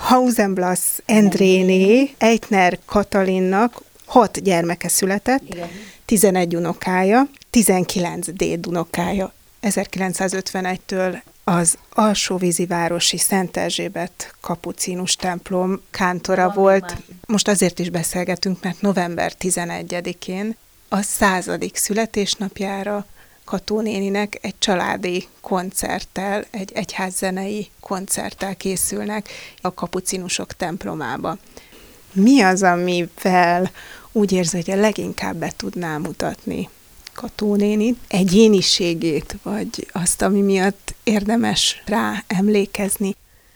Hausenblas Endréné Eitner Katalinnak 6 gyermeke született, igen. 11 unokája, 19 dédunokája. 1951-től az alsóvízi városi Szent Erzsébet kapucinus templom kántora volt. Most azért is beszélgetünk, mert november 11-én a 100. születésnapjára Kató néninek egy családi koncerttel, egy egyházzenei koncerttel készülnek a kapucinusok templomába. Mi az, amivel úgy érzi, hogy a leginkább be tudná mutatni Kató néni egyéniségét, vagy azt, ami miatt érdemes rá emlékezni?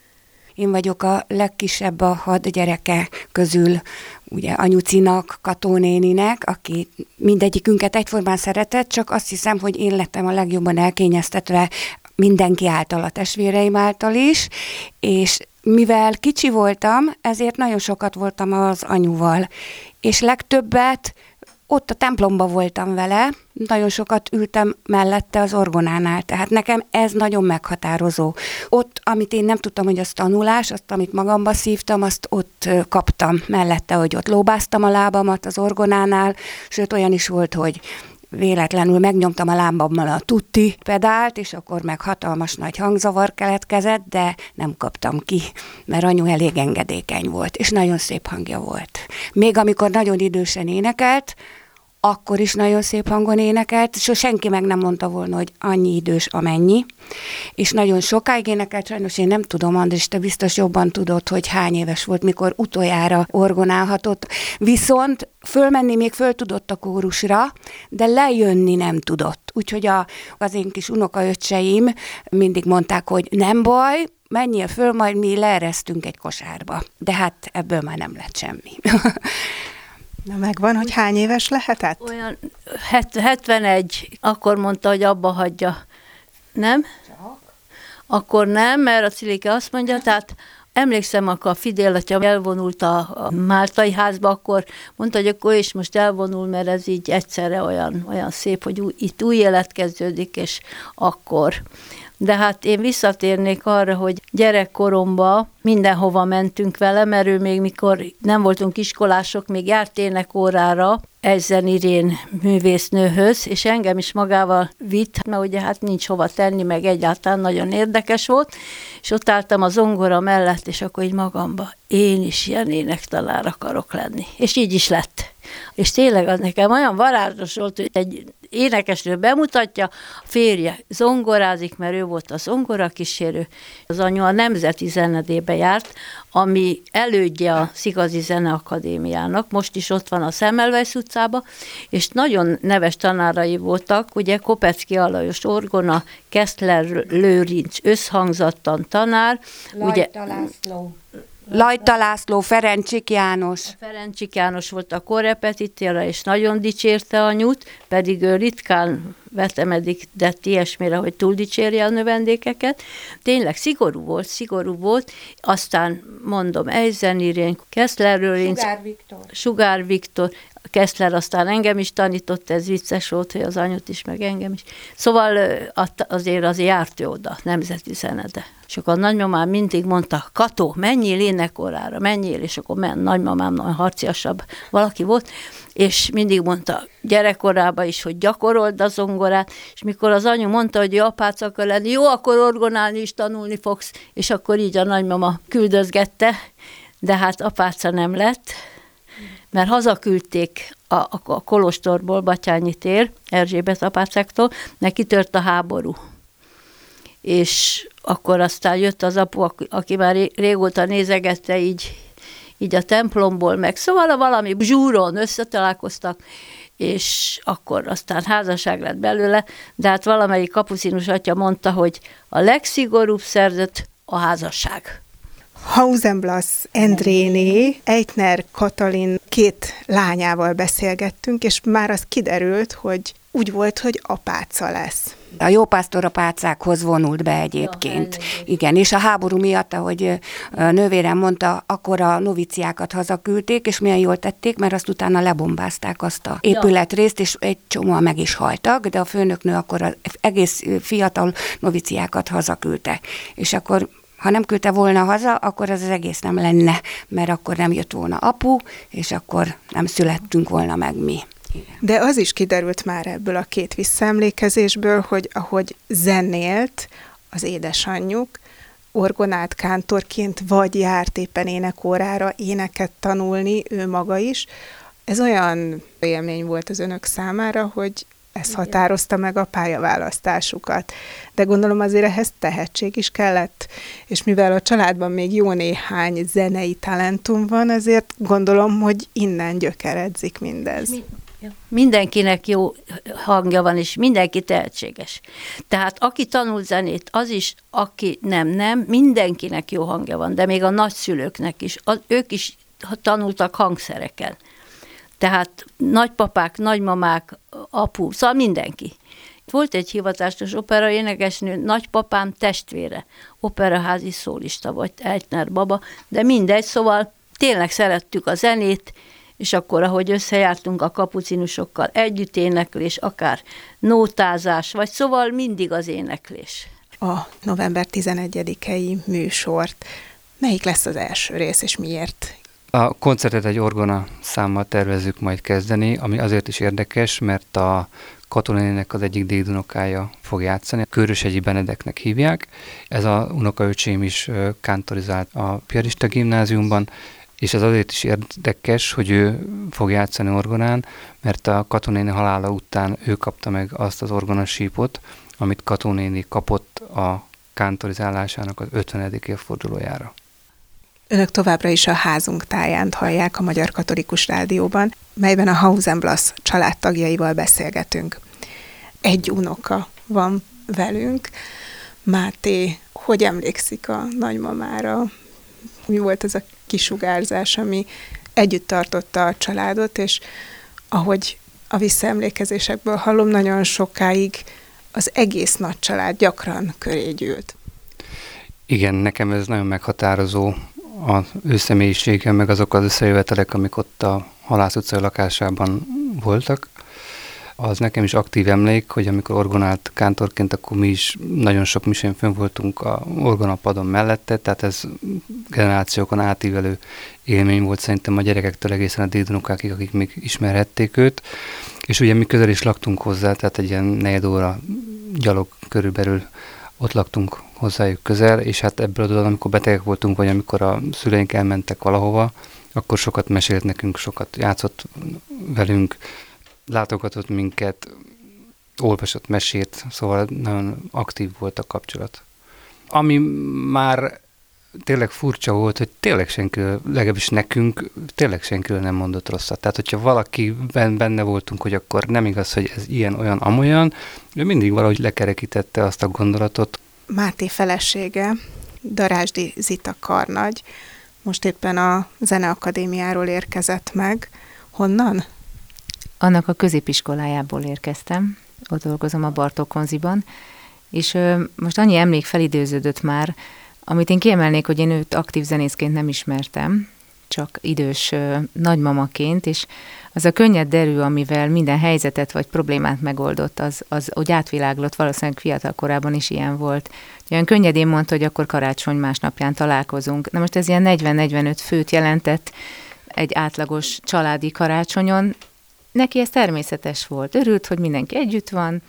Én vagyok a legkisebb a 6 gyereke közül, ugye anyucinak, Kató néninek, aki mindegyikünket egyformán szeretett, csak azt hiszem, hogy én lettem a legjobban elkényeztetve mindenki által, a testvéreim által is, és mivel kicsi voltam, ezért nagyon sokat voltam az anyuval, és legtöbbet ott a templomba voltam vele, nagyon sokat ültem mellette az orgonánál, tehát nekem ez nagyon meghatározó. Ott, amit én nem tudtam, hogy az tanulás, azt, amit magamba szívtam, azt ott kaptam mellette, hogy ott lóbáztam a lábamat az orgonánál, sőt olyan is volt, hogy véletlenül megnyomtam a lábammal a tutti pedált, és akkor meg hatalmas nagy hangzavar keletkezett, de nem kaptam ki, mert anyu elég engedékeny volt, és nagyon szép hangja volt. Még amikor nagyon idősen énekelt, akkor is nagyon szép hangon énekelt, és senki meg nem mondta volna, hogy annyi idős, amennyi. És nagyon sokáig énekelt, sajnos én nem tudom, Andris, te biztos jobban tudod, hogy hány éves volt, mikor utoljára orgonálhatott. Viszont fölmenni még föl tudott a kórusra, de lejönni nem tudott. Úgyhogy az én kis unokaöccseim mindig mondták, hogy nem baj, menjél föl, majd mi leeresztünk egy kosárba. De hát ebből már nem lett semmi. Na megvan, hogy hány éves lehetett? Olyan 71, akkor mondta, hogy abba hagyja. Nem? Csak? Akkor nem, mert a Cilike azt mondja, tehát emlékszem, akkor a Fidél atya elvonult a Máltai házba, akkor mondta, hogy akkor is most elvonul, mert ez így egyszerre olyan szép, hogy itt új élet kezdődik, és akkor. De hát én visszatérnék arra, hogy gyerekkoromban mindenhova mentünk vele, mert ő még mikor nem voltunk iskolások, még járt énekórára Eisen Irén művésznőhöz, és engem is magával vitt, mert ugye hát nincs hova tenni, meg egyáltalán nagyon érdekes volt, és ott álltam a zongora mellett, és akkor így magamba, én is ilyen énektanár akarok lenni. És így is lett. És tényleg az nekem olyan varázsos volt, hogy egy énekesnő bemutatja, a férje zongorázik, mert ő volt a zongorakísérő. Az anyu a Nemzeti Zenedébe járt, ami elődje a Szigazi Zeneakadémiának, most is ott van a Semmelweis utcában, és nagyon neves tanárai voltak, ugye Kopecki Alajos orgona, Keszler Lőrinc összhangzattan tanár, Lajta László, Ferencsik János. Ferencsik János volt a korrepetitéra, és nagyon dicsérte anyut, pedig ő ritkán vetemedett ilyesmire, hogy túl dicsérje a növendékeket. Tényleg szigorú volt. Aztán mondom, Eisen Irén, Keszler Lőrinc, Sugár Viktor, Keszler aztán engem is tanított, ez vicces volt, hogy az anyut is, meg engem is. Szóval azért járt ő oda, Nemzeti Zenede. És akkor a nagymamám mindig mondta, Kató, menjél énekórára, menjél, és akkor nagymamám nagyon harciasabb valaki volt, és mindig mondta gyerekkorában is, hogy gyakorold a zongorát, és mikor az anyu mondta, hogy apác akar lenni, jó, akkor orgonálni is tanulni fogsz, és akkor így a nagymama küldözgette, de hát apáca nem lett, mert hazaküldték a kolostorból, Batthyány tér, Erzsébet apácáktól, neki tört a háború. És akkor aztán jött az apu, aki már régóta nézegette így a templomból, meg szóval valami zsúron összetalálkoztak, és akkor aztán házasság lett belőle, de hát valamelyik kapucinus atya mondta, hogy a legszigorúbb szerzet a házasság. Hausenblas Endréné Eitner Katalin 2 lányával beszélgettünk, és már az kiderült, hogy úgy volt, hogy apáca lesz. A jópásztor apácákhoz vonult be egyébként. Igen, és a háború miatt, ahogy nővérem mondta, akkor a noviciákat hazaküldték, és milyen jól tették, mert azt utána lebombázták azt a épületrészt, és egy csomóan meg is haltak, de a főnöknő akkor az egész fiatal noviciákat hazaküldte. És akkor Ha nem küldte volna haza, akkor az egész nem lenne, mert akkor nem jött volna apu, és akkor nem születtünk volna meg mi. Igen. De az is kiderült már ebből a két visszaemlékezésből, hogy ahogy zenélt az édesanyjuk, orgonált kántorként, vagy járt éppen énekórára éneket tanulni, ő maga is. Ez olyan élmény volt az önök számára, hogy ez határozta meg a pályaválasztásukat. De gondolom azért ehhez tehetség is kellett, és mivel a családban még jó néhány zenei talentum van, azért gondolom, hogy innen gyökeredzik mindez. Mindenkinek jó hangja van, és mindenki tehetséges. Tehát aki tanul zenét, az is, aki nem, mindenkinek jó hangja van, de még a nagyszülőknek is, ők is tanultak hangszereken. Tehát nagypapák, nagymamák, apu, szóval mindenki. Volt egy hivatásos operaénekesnő, nagypapám testvére, operaházi szólista volt, Eitner baba, de mindegy, szóval tényleg szerettük a zenét, és akkor, ahogy összejártunk a kapucinusokkal, együtt éneklés, akár nótázás, vagy szóval mindig az éneklés. A november 11-i műsort. Melyik lesz az első rész, és miért? A koncertet egy orgona számmal tervezzük majd kezdeni, ami azért is érdekes, mert a Katonénének az egyik dédunokája fog játszani. Köröshegyi Benedeknek hívják. Ez a unokaöcsém is kántorizált a piarista gimnáziumban, és ez azért is érdekes, hogy ő fog játszani orgonán, mert a Katonéni halála után ő kapta meg azt az orgonasípot, amit Katonéni kapott a kántorizálásának az 50. évfordulójára. Önök továbbra is a Házunk táján hallják a Magyar Katolikus Rádióban, melyben a Hausenblass családtagjaival beszélgetünk. Egy unoka van velünk. Máté, hogy emlékszik a nagymamára? Mi volt az a kisugárzás, ami együtt tartotta a családot, és ahogy a visszaemlékezésekből hallom, nagyon sokáig az egész nagy család gyakran köré gyűlt. Igen, nekem ez nagyon meghatározó, az ő személyisége, meg azok az összejövetelek, amik ott a Halász utcai lakásában voltak. Az nekem is aktív emlék, hogy amikor orgonált kántorként, akkor mi is nagyon sok misén fönn voltunk a orgonapadon mellette, tehát ez generációkon átívelő élmény volt szerintem a gyerekektől egészen a dédunokákig, akik még ismerhették őt. És ugye mi közel is laktunk hozzá, tehát egy ilyen 4 óra gyalog körülbelül ott laktunk hozzájuk közel, és hát ebből adódóan, amikor betegek voltunk, vagy amikor a szüleink elmentek valahova, akkor sokat mesélt nekünk, sokat játszott velünk, látogatott minket, olvasott mesét, szóval nagyon aktív volt a kapcsolat. Ami már tényleg furcsa volt, hogy tényleg senkiről, legalábbis nekünk, tényleg senkiről nem mondott rosszat. Tehát, hogyha valakiben benne voltunk, hogy akkor nem igaz, hogy ez ilyen, olyan, amolyan, ő mindig valahogy lekerekítette azt a gondolatot. Máté felesége, Darázsdi Zita karnagy, most éppen a Zeneakadémiáról érkezett meg. Honnan? Annak a középiskolájából érkeztem, ott dolgozom a Bartók Konziban, és most annyi emlék felidőződött már, amit én kiemelnék, hogy én őt aktív zenészként nem ismertem, csak idős nagymamaként, és az a könnyed derű, amivel minden helyzetet vagy problémát megoldott, az úgy átviláglott, valószínűleg fiatal korában is ilyen volt. Olyan könnyedén mondta, hogy akkor karácsony másnapján találkozunk. Na most ez ilyen 40-45 főt jelentett egy átlagos családi karácsonyon. Neki ez természetes volt. Örült, hogy mindenki együtt van,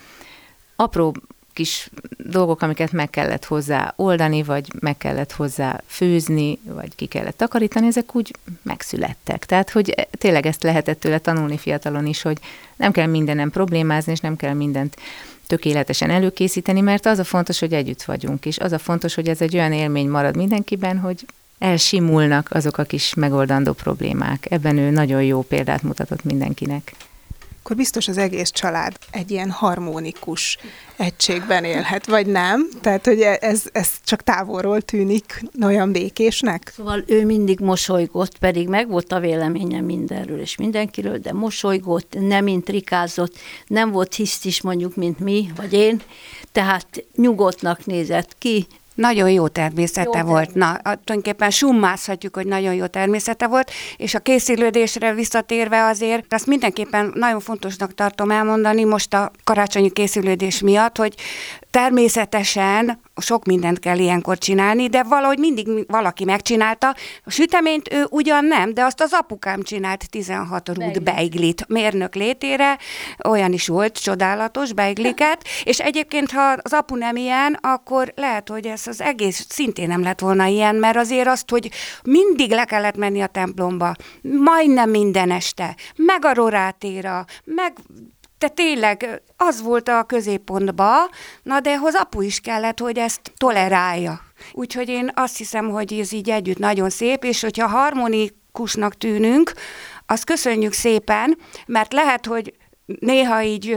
apró kis dolgok, amiket meg kellett hozzá oldani, vagy meg kellett hozzá főzni, vagy ki kellett takarítani, ezek úgy megszülettek. Tehát, hogy tényleg ezt lehetett tőle tanulni fiatalon is, hogy nem kell mindenem problémázni, és nem kell mindent tökéletesen előkészíteni, mert az a fontos, hogy együtt vagyunk, és az a fontos, hogy ez egy olyan élmény marad mindenkiben, hogy elsimulnak azok a kis megoldandó problémák. Ebben ő nagyon jó példát mutatott mindenkinek. Akkor biztos az egész család egy ilyen harmonikus egységben élhet, vagy nem? Tehát, hogy ez csak távolról tűnik olyan békésnek? Szóval ő mindig mosolygott, pedig meg volt a véleménye mindenről és mindenkiről, de mosolygott, nem intrikázott, nem volt hisztis mondjuk, mint mi, vagy én, tehát nyugodtnak nézett ki. Nagyon jó természete volt. Na, tulajdonképpen summázhatjuk, hogy nagyon jó természete volt, és a készülődésre visszatérve azért, azt mindenképpen nagyon fontosnak tartom elmondani most a karácsonyi készülődés miatt, hogy természetesen sok mindent kell ilyenkor csinálni, de valahogy mindig valaki megcsinálta. A süteményt ő ugyan nem, de azt az apukám csinált 16 rúd beiglit mérnök létére, olyan is volt, csodálatos beigliket, és egyébként, ha az apu nem ilyen, akkor lehet, hogy ez az egész szintén nem lett volna ilyen, mert azért azt, hogy mindig le kellett menni a templomba, majdnem minden este, meg a rorátéra, meg de tényleg az volt a középpontba, na de hoz apu is kellett, hogy ezt tolerálja. Úgyhogy én azt hiszem, hogy ez így együtt nagyon szép, és hogyha harmonikusnak tűnünk, azt köszönjük szépen, mert lehet, hogy néha így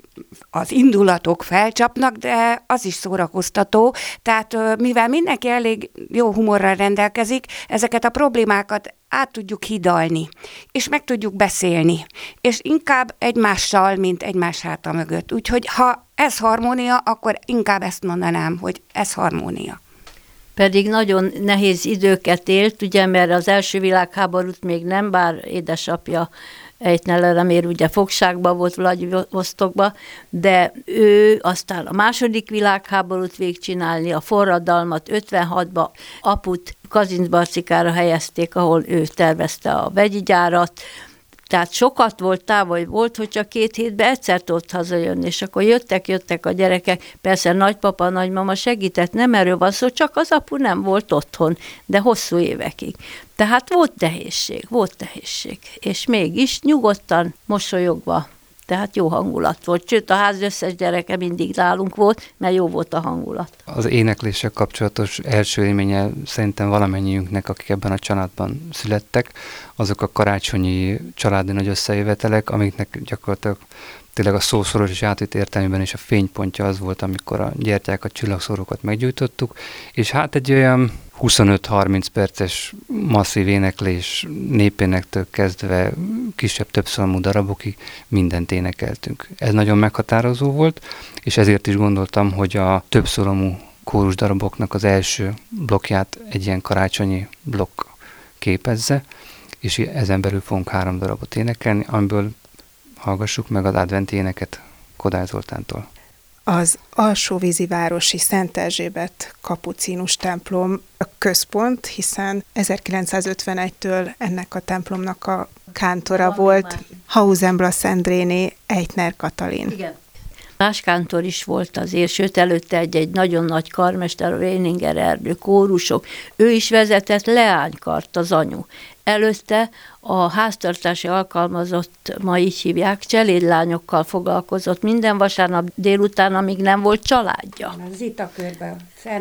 az indulatok felcsapnak, de az is szórakoztató. Tehát mivel mindenki elég jó humorral rendelkezik, ezeket a problémákat át tudjuk hidalni, és meg tudjuk beszélni, és inkább egymással, mint egymás háta mögött. Úgyhogy ha ez harmónia, akkor inkább ezt mondanám, hogy ez harmónia. Pedig nagyon nehéz időket élt, ugye, mert az első világháborút még nem, bár édesapja Ejtner ugye fogságban volt Vladivostokban, de ő aztán a második világháborút végigcsinálni, a forradalmat 56-ban aput Kazincbarcikára helyezték, ahol ő tervezte a vegyi gyárat, tehát sokat volt távol, volt, hogy csak 2 hétben egyszer tudott hazajönni, és akkor jöttek a gyerekek, persze nagypapa, nagymama segített, nem erről van szó, csak az apu nem volt otthon, de hosszú évekig. Tehát volt nehézség, és mégis nyugodtan, mosolyogva, tehát jó hangulat volt. Sőt, a ház összes gyereke mindig nálunk volt, mert jó volt a hangulat. Az énekléssel kapcsolatos első élménye szerintem valamennyiünknek, akik ebben a családban születtek, azok a karácsonyi családi nagy összejövetelek, amiknek gyakorlatilag tényleg a szószoros és átvitt értelmében is a fénypontja az volt, amikor a gyertyákat, csillagszórókat meggyújtottuk, és hát egy olyan 25-30 perces masszív éneklés, népénektől kezdve kisebb többszalmú darabokig mindent énekeltünk. Ez nagyon meghatározó volt, és ezért is gondoltam, hogy a többszólamú kórus daraboknak az első blokkját egy ilyen karácsonyi blokk képezze, és ezen belül fogunk 3 darabot énekelni, amiből hallgassuk meg az adventi éneket Kodály Zoltántól. Az Alsóvízivárosi Szent Erzsébet kapucinus templom a központ, hiszen 1951-től ennek a templomnak a kántora volt Hausenblas Endréné Ejtner Katalin. Igen. Más kántor is volt azért, sőt előtte egy nagyon nagy karmester, a Réninger Erdő, kórusok. Ő is vezetett leánykart, az anyu. Előtte a háztartási alkalmazott, ma így hívják, cselédlányokkal foglalkozott minden vasárnap délután, amíg nem volt családja. A Zitakörben,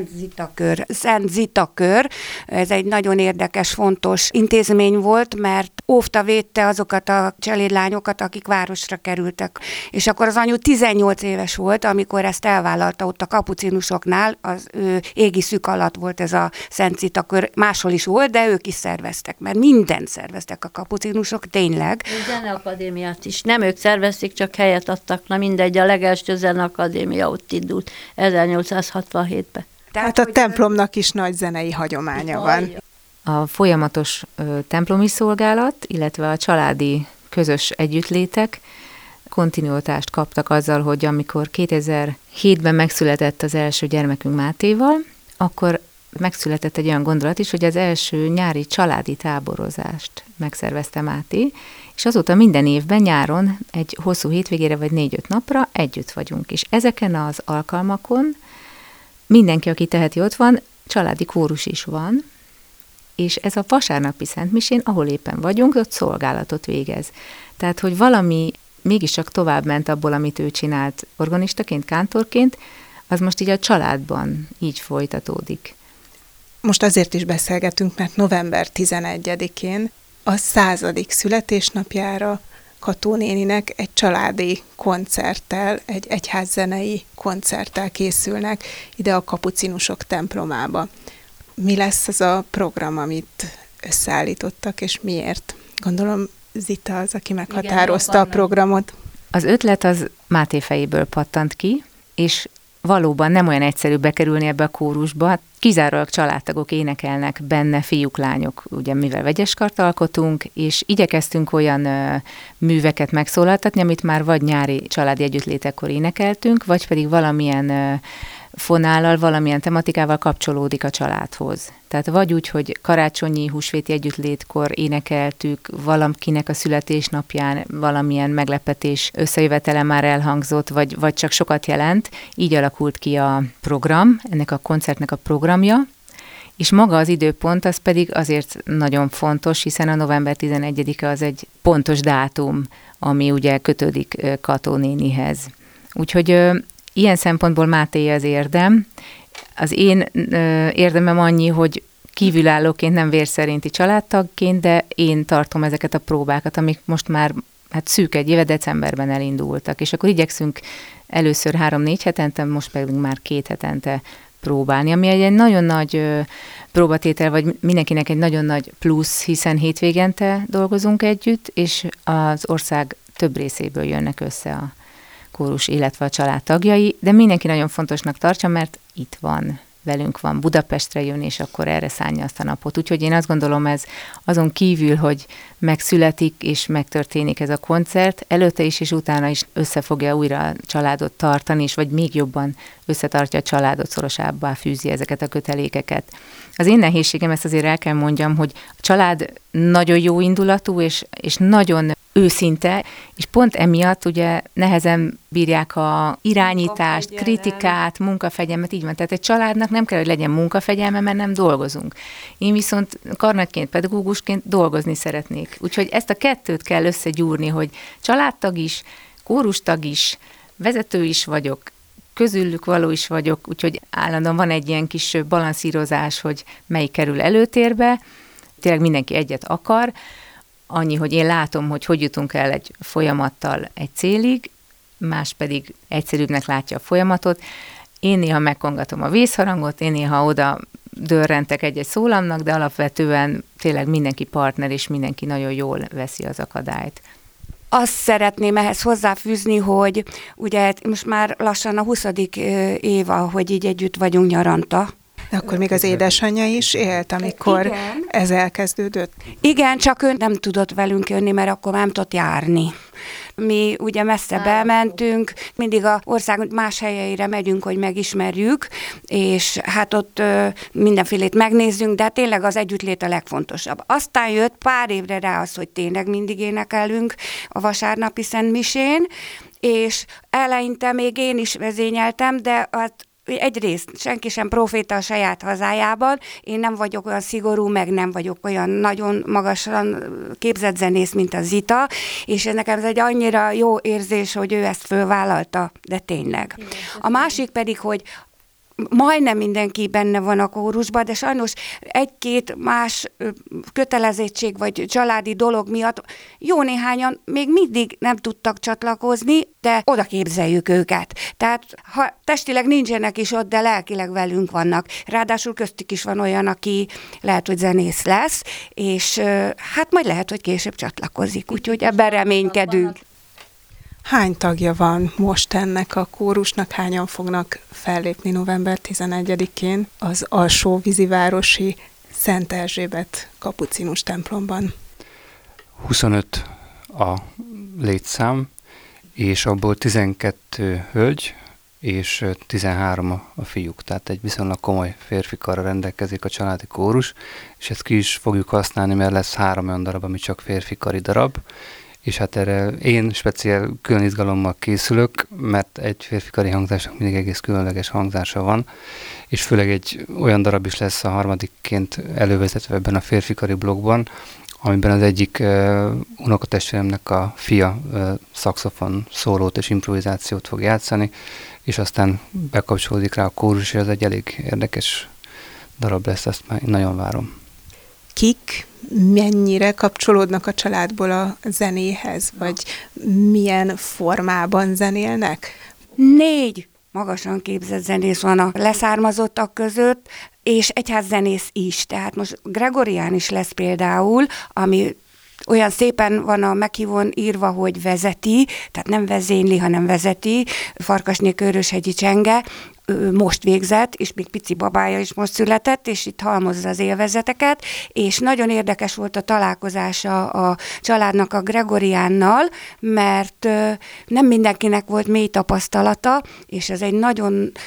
Szent Zitakör, ez egy nagyon érdekes, fontos intézmény volt, mert óvta, védte azokat a cselédlányokat, akik városra kerültek. És akkor az anyu 18 éves volt, amikor ezt elvállalta ott a kapucinusoknál, az ő égiszük alatt volt ez a Szent Zitakör, máshol is volt, de ők is szerveztek, mert mindent szerveztek a kapucinusok, tényleg. A Zeneakadémiát is. Nem ők szervezték, csak helyet adtak. Na mindegy, a legelső Zeneakadémia ott indult 1867-ben. Tehát a templomnak is nagy zenei hagyománya van. A folyamatos templomi szolgálat, illetve a családi közös együttlétek kontinuitást kaptak azzal, hogy amikor 2007-ben megszületett az első gyermekünk Mátéval, akkor megszületett egy olyan gondolat is, hogy az első nyári családi táborozást megszervezte Máté, és azóta minden évben nyáron egy hosszú hétvégére vagy 4-5 napra együtt vagyunk. És ezeken az alkalmakon mindenki, aki teheti, ott van, családi kórus is van, és ez a vasárnapi szentmisén, ahol éppen vagyunk, ott szolgálatot végez. Tehát, hogy valami mégiscsak tovább ment abból, amit ő csinált organistaként, kántorként, az most így a családban így folytatódik. Most azért is beszélgetünk, mert november 11-én a 100. születésnapjára Kató néninek egy családi koncerttel, egy egyházzenei koncerttel készülnek ide a kapucinusok templomába. Mi lesz az a program, amit összeállítottak, és miért? Gondolom Zita az, aki meghatározta a programot. Az ötlet az Máté fejéből pattant ki, és valóban nem olyan egyszerű bekerülni ebbe a kórusba. Kizárólag családtagok énekelnek benne, fiúk, lányok, ugye mivel vegyeskart alkotunk, és igyekeztünk olyan műveket megszólaltatni, amit már vagy nyári családi együttlétekkor énekeltünk, vagy pedig valamilyen fonállal, valamilyen tematikával kapcsolódik a családhoz. Tehát vagy úgy, hogy karácsonyi, húsvéti együttlétkor énekeltük, valakinek a születésnapján valamilyen meglepetés összejövetele már elhangzott, vagy csak sokat jelent. Így alakult ki a program, ennek a koncertnek a programja, és maga az időpont az pedig azért nagyon fontos, hiszen a november 11-e az egy pontos dátum, ami ugye kötődik Kató nénihez. Úgyhogy ilyen szempontból Mátéé az érdem. Az én érdemem annyi, hogy kívülállóként, nem vérszerinti családtagként, de én tartom ezeket a próbákat, amik most már szűk egy éve, decemberben elindultak, és akkor igyekszünk először 3-4 hetente, most pedig már 2 hetente próbálni, ami egy nagyon nagy próbatétel, vagy mindenkinek egy nagyon nagy plusz, hiszen hétvégente dolgozunk együtt, és az ország több részéből jönnek össze a kórus, illetve a család tagjai, de mindenki nagyon fontosnak tartja, mert itt van, velünk van, Budapestre jön, és akkor erre szánja azt a napot. Úgyhogy én azt gondolom, ez azon kívül, hogy megszületik és megtörténik ez a koncert, előtte is és utána is összefogja újra a családot tartani, és vagy még jobban összetartja a családot, szorosabbá fűzi ezeket a kötelékeket. Az én nehézségem, ezt azért el kell mondjam, hogy a család nagyon jó indulatú, és nagyon őszinte, és pont emiatt ugye nehezen bírják a irányítást, kritikát, munkafegyelmet, így van. Tehát egy családnak nem kell, hogy legyen munkafegyelme, mert nem dolgozunk. Én viszont karnagyként, pedagógusként dolgozni szeretnék. Úgyhogy ezt a kettőt kell összegyúrni, hogy családtag is, kórustag is, vezető is vagyok, közülük való is vagyok, úgyhogy állandóan van egy ilyen kis balanszírozás, hogy melyik kerül előtérbe. Tényleg mindenki egyet akar, annyi, hogy én látom, hogy jutunk el egy folyamattal egy célig, más pedig egyszerűbbnek látja a folyamatot. Én néha megkongatom a vészharangot, én néha oda dörrentek egy-egy szólamnak, de alapvetően tényleg mindenki partner, és mindenki nagyon jól veszi az akadályt. Azt szeretném ehhez hozzáfűzni, hogy ugye most már lassan a 20. év, ahogy így együtt vagyunk nyaranta. De akkor még az édesanyja is élt, amikor igen, ez elkezdődött? Igen, csak ő nem tudott velünk jönni, mert akkor nem tudott járni. Mi ugye messze bementünk, mindig az ország más helyeire megyünk, hogy megismerjük, és hát ott mindenfélét megnézzünk, de tényleg az együttlét a legfontosabb. Aztán jött pár évre rá az, hogy tényleg mindig énekelünk a vasárnapi szentmisén, és eleinte még én is vezényeltem, de egyrészt senki sem proféta a saját hazájában, én nem vagyok olyan szigorú, meg nem vagyok olyan nagyon magasan képzett zenész, mint a Zita, és nekem ez egy annyira jó érzés, hogy ő ezt fölvállalta, de tényleg. A másik pedig, hogy majdnem mindenki benne van a kórusban, de sajnos egy-két más kötelezettség vagy családi dolog miatt jó néhányan még mindig nem tudtak csatlakozni, de oda képzeljük őket. Tehát ha testileg nincsenek is ott, de lelkileg velünk vannak. Ráadásul köztük is van olyan, aki lehet, hogy zenész lesz, és hát majd lehet, hogy később csatlakozik. Úgyhogy ebben reménykedünk. Hány tagja van most ennek a kórusnak? Hányan fognak fellépni november 11-én az Alsóvízivárosi Szent Erzsébet kapucinus templomban? 25 a létszám, és abból 12 hölgy, és 13 a fiúk. Tehát egy viszonylag komoly férfikarra rendelkezik a családi kórus, és ezt ki is fogjuk használni, mert lesz 3 olyan darab, ami csak férfikari darab, és hát erre én speciál külön izgalommal készülök, mert egy férfikari hangzásnak mindig egész különleges hangzása van, és főleg egy olyan darab is lesz a harmadikként elővezetve ebben a férfikari blokkban, amiben az egyik unokatestvéremnek a fia szaxofon szólót és improvizációt fog játszani, és aztán bekapcsolódik rá a kórus, és ez egy elég érdekes darab lesz, azt már nagyon várom. Kik mennyire kapcsolódnak a családból a zenéhez, vagy milyen formában zenélnek? 4 magasan képzett zenész van a leszármazottak között, és egyházzenész is. Tehát most Gregorián is lesz például, ami olyan szépen van a meghívón írva, hogy vezeti, tehát nem vezényli, hanem vezeti, Farkasné Köröshegyi Csenge, most végzett, és még pici babája is most született, és itt halmozza az élvezeteket, és nagyon érdekes volt a találkozása a családnak a Gregoriánnal, mert nem mindenkinek volt mély tapasztalata, és ez egy nagyon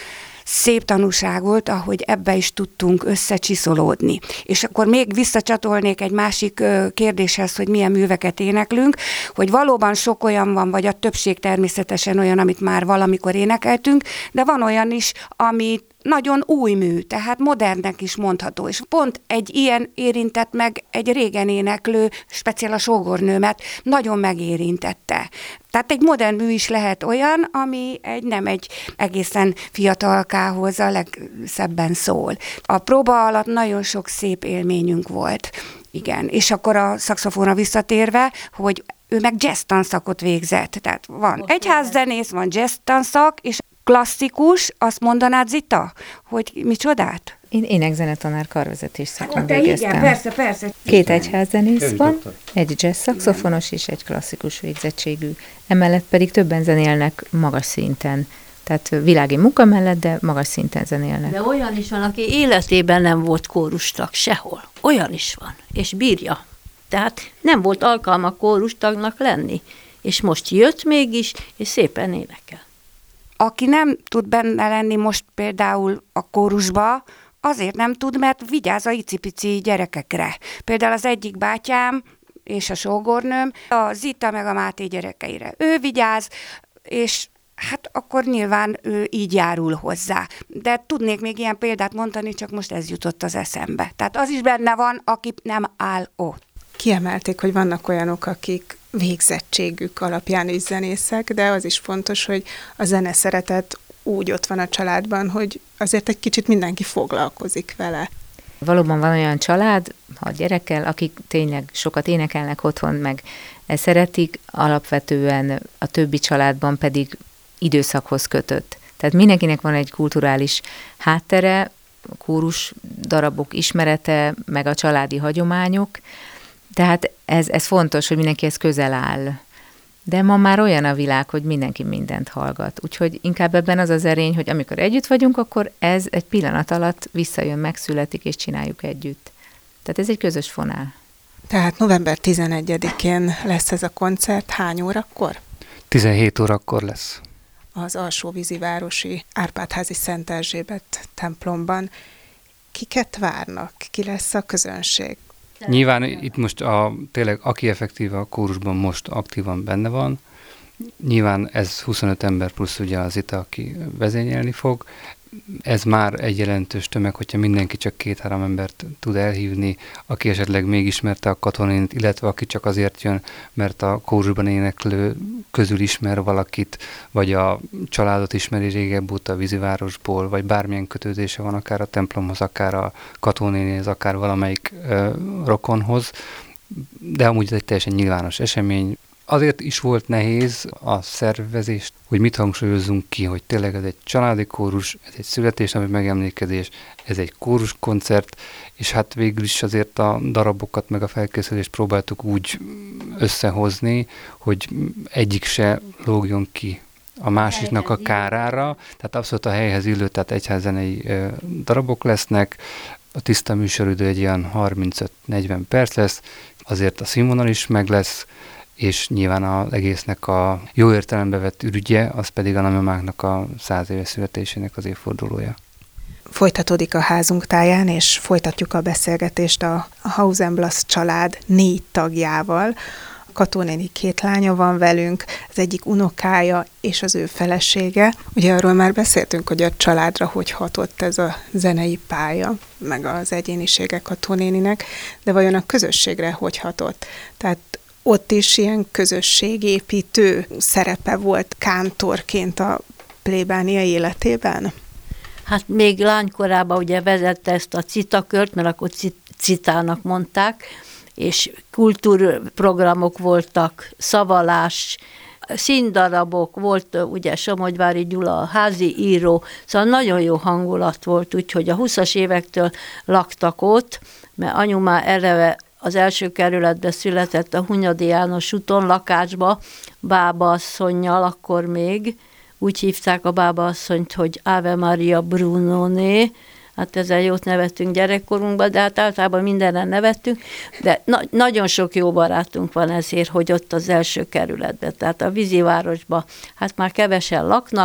szép tanúság volt, ahogy ebbe is tudtunk összecsiszolódni. És akkor még visszacsatolnék egy másik kérdéshez, hogy milyen műveket éneklünk, hogy valóban sok olyan van, vagy a többség természetesen olyan, amit már valamikor énekeltünk, de van olyan is, ami nagyon új mű, tehát modernnek is mondható. És pont egy ilyen érintett meg egy régen éneklő, speciál a sógornőmet, nagyon megérintette. Tehát egy modern mű is lehet olyan, ami nem egy egészen fiatalkához a legszebben szól. A próba alatt nagyon sok szép élményünk volt. Igen, és akkor a szaxofónra visszatérve, hogy ő meg jazz tanszakot végzett. Tehát van egyházzenész, van jazz tanszak, és klasszikus, azt mondanád, Zita, hogy micsodát? Én énekzenetanár karvezetés szakon végeztem. Igen, persze. 2 egyházzenész van, egy jazz szaxofonos és egy klasszikus végzettségű. Emellett pedig többen zenélnek magas szinten. Tehát világi munka mellett, de magas szinten zenélnek. De olyan is van, aki életében nem volt kórustag sehol. Olyan is van, és bírja. Tehát nem volt alkalma kórustagnak lenni. És most jött mégis, és szépen énekel. Aki nem tud benne lenni most például a kórusba, azért nem tud, mert vigyáz a icipici gyerekekre. Például az egyik bátyám és a sógornőm, a Zita meg a Máté gyerekeire. Ő vigyáz, és hát akkor nyilván ő így járul hozzá. De tudnék még ilyen példát mondani, csak most ez jutott az eszembe. Tehát az is benne van, aki nem áll ott. Kiemelték, hogy vannak olyanok, akik végzettségük alapján is zenészek, de az is fontos, hogy a zene szeretet úgy ott van a családban, hogy azért egy kicsit mindenki foglalkozik vele. Valóban van olyan család, 6 gyerekkel, akik tényleg sokat énekelnek otthon, meg ezt szeretik, alapvetően a többi családban pedig időszakhoz kötött. Tehát mindenkinek van egy kulturális háttere, kórus darabok ismerete, meg a családi hagyományok, tehát ez fontos, hogy mindenkihez közel áll. De ma már olyan a világ, hogy mindenki mindent hallgat. Úgyhogy inkább ebben az az erény, hogy amikor együtt vagyunk, akkor ez egy pillanat alatt visszajön, megszületik, és csináljuk együtt. Tehát ez egy közös fonál. Tehát november 11-én lesz ez a koncert. Hány órakor? 17 órakor lesz. Az Alsóvízivárosi Árpád-házi Szent Erzsébet templomban. Kiket várnak? Ki lesz a közönség? Nyilván itt most tényleg aki effektíve a kórusban most aktívan benne van, nyilván ez 25 ember plusz ugye az Zita, aki vezényelni fog. Ez már egy jelentős tömeg, hogyha mindenki csak 2-3 embert tud elhívni, aki esetleg még ismerte a Katonénit, illetve aki csak azért jön, mert a kórusban éneklő közül ismer valakit, vagy a családot ismeri régebb óta a Vízivárosból, vagy bármilyen kötődése van akár a templomhoz, akár a Katonénéhez, akár valamelyik rokonhoz, de amúgy ez egy teljesen nyilvános esemény. Azért is volt nehéz a szervezést, hogy mit hangsúlyozzunk ki, hogy tényleg ez egy családi kórus, ez egy születésnapi megemlékezés, ez egy kóruskoncert, és hát végül is azért a darabokat meg a felkészülést próbáltuk úgy összehozni, hogy egyik se lógjon ki a másiknak a kárára, tehát abszolút a helyhez illő, tehát egyházzenei darabok lesznek, a tiszta műsoridő egy ilyen 35-40 perc lesz, azért a színvonal is meg lesz, és nyilván az egésznek a jó értelembe vett ürügye, az pedig a nagymamánknak a 100 éves születésének az évfordulója. Folytatódik a házunk táján, és folytatjuk a beszélgetést a Hausenblas család 4 tagjával. A Kató néni 2 lánya van velünk, az egyik unokája és az ő felesége. Ugye arról már beszéltünk, hogy a családra hogy hatott ez a zenei pálya, meg az egyénisége Kató néninek, de vajon a közösségre hogy hatott? Tehát ott is ilyen közösségépítő szerepe volt kántorként a plébánia életében? Hát még lánykorában ugye vezette ezt a citakört, mert akkor citának mondták, és kultúrprogramok voltak, szavalás, színdarabok, volt ugye Somogyvári Gyula, a házi író, szóval nagyon jó hangulat volt, úgyhogy a 20-as évektől laktak ott, mert anyu már eleve az első kerületbe született a Hunyadi János úton, lakásba, bábaasszonnyal, akkor még úgy hívták a bábaasszonyt, hogy Ave Maria Brunoné, hát ezzel jót nevettünk gyerekkorunkban, de hát általában mindenen nevettünk, de nagyon sok jó barátunk van ezért, hogy ott az első kerületben, tehát a Vízivárosban, hát már kevesen laknak,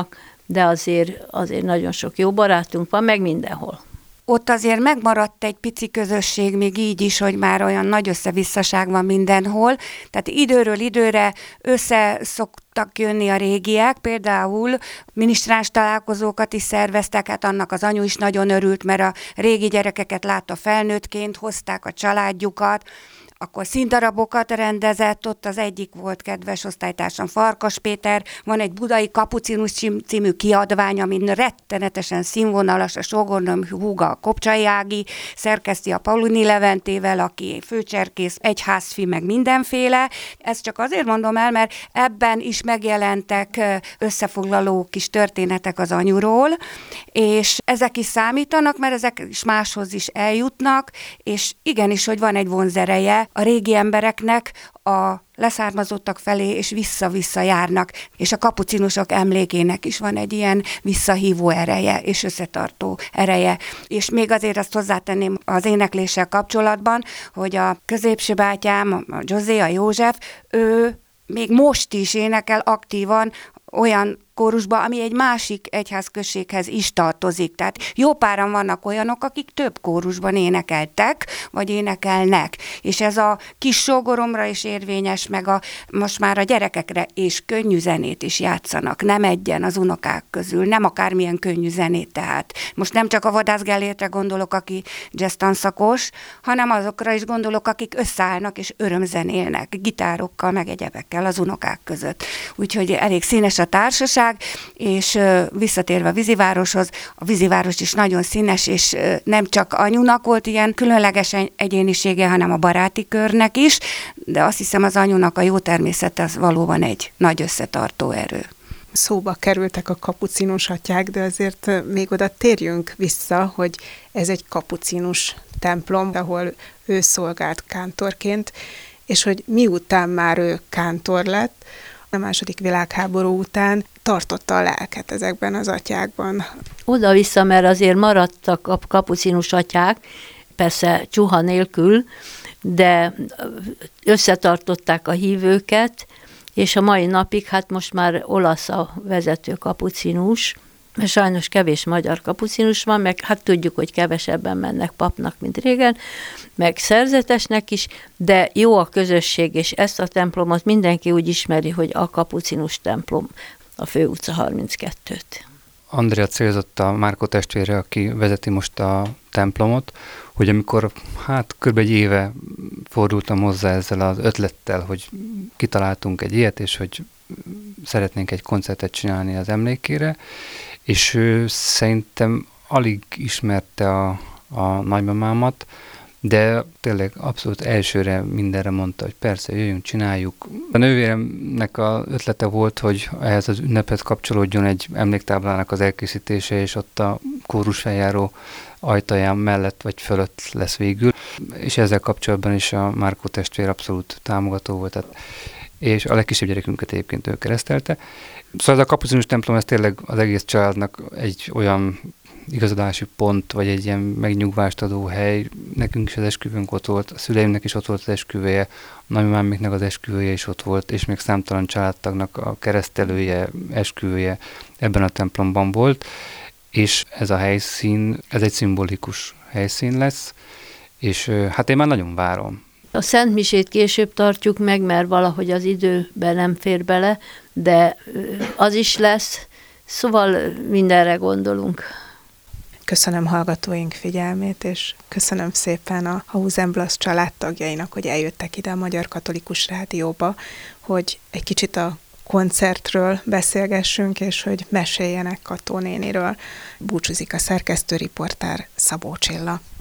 de azért nagyon sok jó barátunk van, meg mindenhol. Ott azért megmaradt egy pici közösség, még így is, hogy már olyan nagy összevisszaság van mindenhol. Tehát időről időre szoktak jönni a régiek, például minisztráns találkozókat is szerveztek, hát annak az anyu is nagyon örült, mert a régi gyerekeket látta felnőttként, hozták a családjukat, akkor színdarabokat rendezett, ott az egyik volt kedves osztálytársam, Farkas Péter, van egy Budai Kapucinus című kiadvány, amin rettenetesen színvonalas, a sógornőm húga Kopcsai Ági, szerkeszti a Paulini Leventével, aki főcserkész, egyházfi, meg mindenféle. Ezt csak azért mondom el, mert ebben is megjelentek összefoglaló kis történetek az anyuról, és ezek is számítanak, mert ezek is máshoz is eljutnak, és igenis, hogy van egy vonzereje a régi embereknek a leszármazottak felé, és vissza-vissza járnak, és a kapucinusok emlékének is van egy ilyen visszahívó ereje, és összetartó ereje. És még azért azt hozzátenném az énekléssel kapcsolatban, hogy a középső bátyám, a José, a József, ő még most is énekel aktívan olyan kórusba, ami egy másik egyházközséghez is tartozik. Tehát jó páran vannak olyanok, akik több kórusban énekeltek, vagy énekelnek. És ez a kis sógoromra is érvényes, meg most már a gyerekekre, és könnyű zenét is játszanak. Nem egyen az unokák közül, nem akármilyen könnyű zenét tehát. Most nem csak a Vadász Gellértre gondolok, aki jazz tanszakos, hanem azokra is gondolok, akik összeállnak és örömzenélnek, gitárokkal, meg egyebekkel az unokák között. Úgyhogy elég színes a társaság, és visszatérve a Vízivároshoz, a Víziváros is nagyon színes, és nem csak anyunak volt ilyen különleges egyénisége, hanem a baráti körnek is, de azt hiszem az anyunak a jó természete az valóban egy nagy összetartó erő. Szóba kerültek a kapucinus atyák, de azért még oda térjünk vissza, hogy ez egy kapucinus templom, ahol ő szolgált kántorként, és hogy miután már ő kántor lett, a II. Világháború után tartotta a lelket ezekben az atyákban. Oda-vissza, mert azért maradtak a kapucinus atyák, persze csuha nélkül, de összetartották a hívőket, és a mai napig, hát most már olasz a vezető kapucinus, sajnos kevés magyar kapucinus van, meg hát tudjuk, hogy kevesebben mennek papnak, mint régen, meg szerzetesnek is, de jó a közösség, és ezt a templomot mindenki úgy ismeri, hogy a kapucinus templom, a Főutca 32-t. Andrea célzott a Márkó testvére, aki vezeti most a templomot, hogy amikor kb. Egy éve fordultam hozzá ezzel az ötlettel, hogy kitaláltunk egy ilyet, és hogy szeretnénk egy koncertet csinálni az emlékére, és ő szerintem alig ismerte a nagymamámat, de tényleg abszolút elsőre mindenre mondta, hogy persze, jöjjünk, csináljuk. A nővéremnek az ötlete volt, hogy ehhez az ünnephez kapcsolódjon egy emléktáblának az elkészítése, és ott a kórusfeljáró ajtaján mellett vagy fölött lesz végül. És ezzel kapcsolatban is a Márkó testvér abszolút támogató volt, és a legkisebb gyerekünket egyébként ő keresztelte. Szóval ez a kapucinus templom, ez tényleg az egész családnak egy olyan igazodási pont, vagy egy ilyen megnyugvást adó hely. Nekünk is az esküvőnk ott volt, a szüleimnek is ott volt az esküvője, a nagymamámiknek az esküvője is ott volt, és még számtalan családtagnak a keresztelője, esküvője ebben a templomban volt, és ez a helyszín, ez egy szimbolikus helyszín lesz, és hát én már nagyon várom. A Szent Misét később tartjuk meg, mert valahogy az időben nem fér bele, de az is lesz, szóval mindenre gondolunk. Köszönöm hallgatóink figyelmét, és köszönöm szépen a Hausenblas családtagjainak, hogy eljöttek ide a Magyar Katolikus Rádióba, hogy egy kicsit a koncertről beszélgessünk, és hogy meséljenek Kató néniről. Búcsúzik a szerkesztőriportár Szabó Csilla.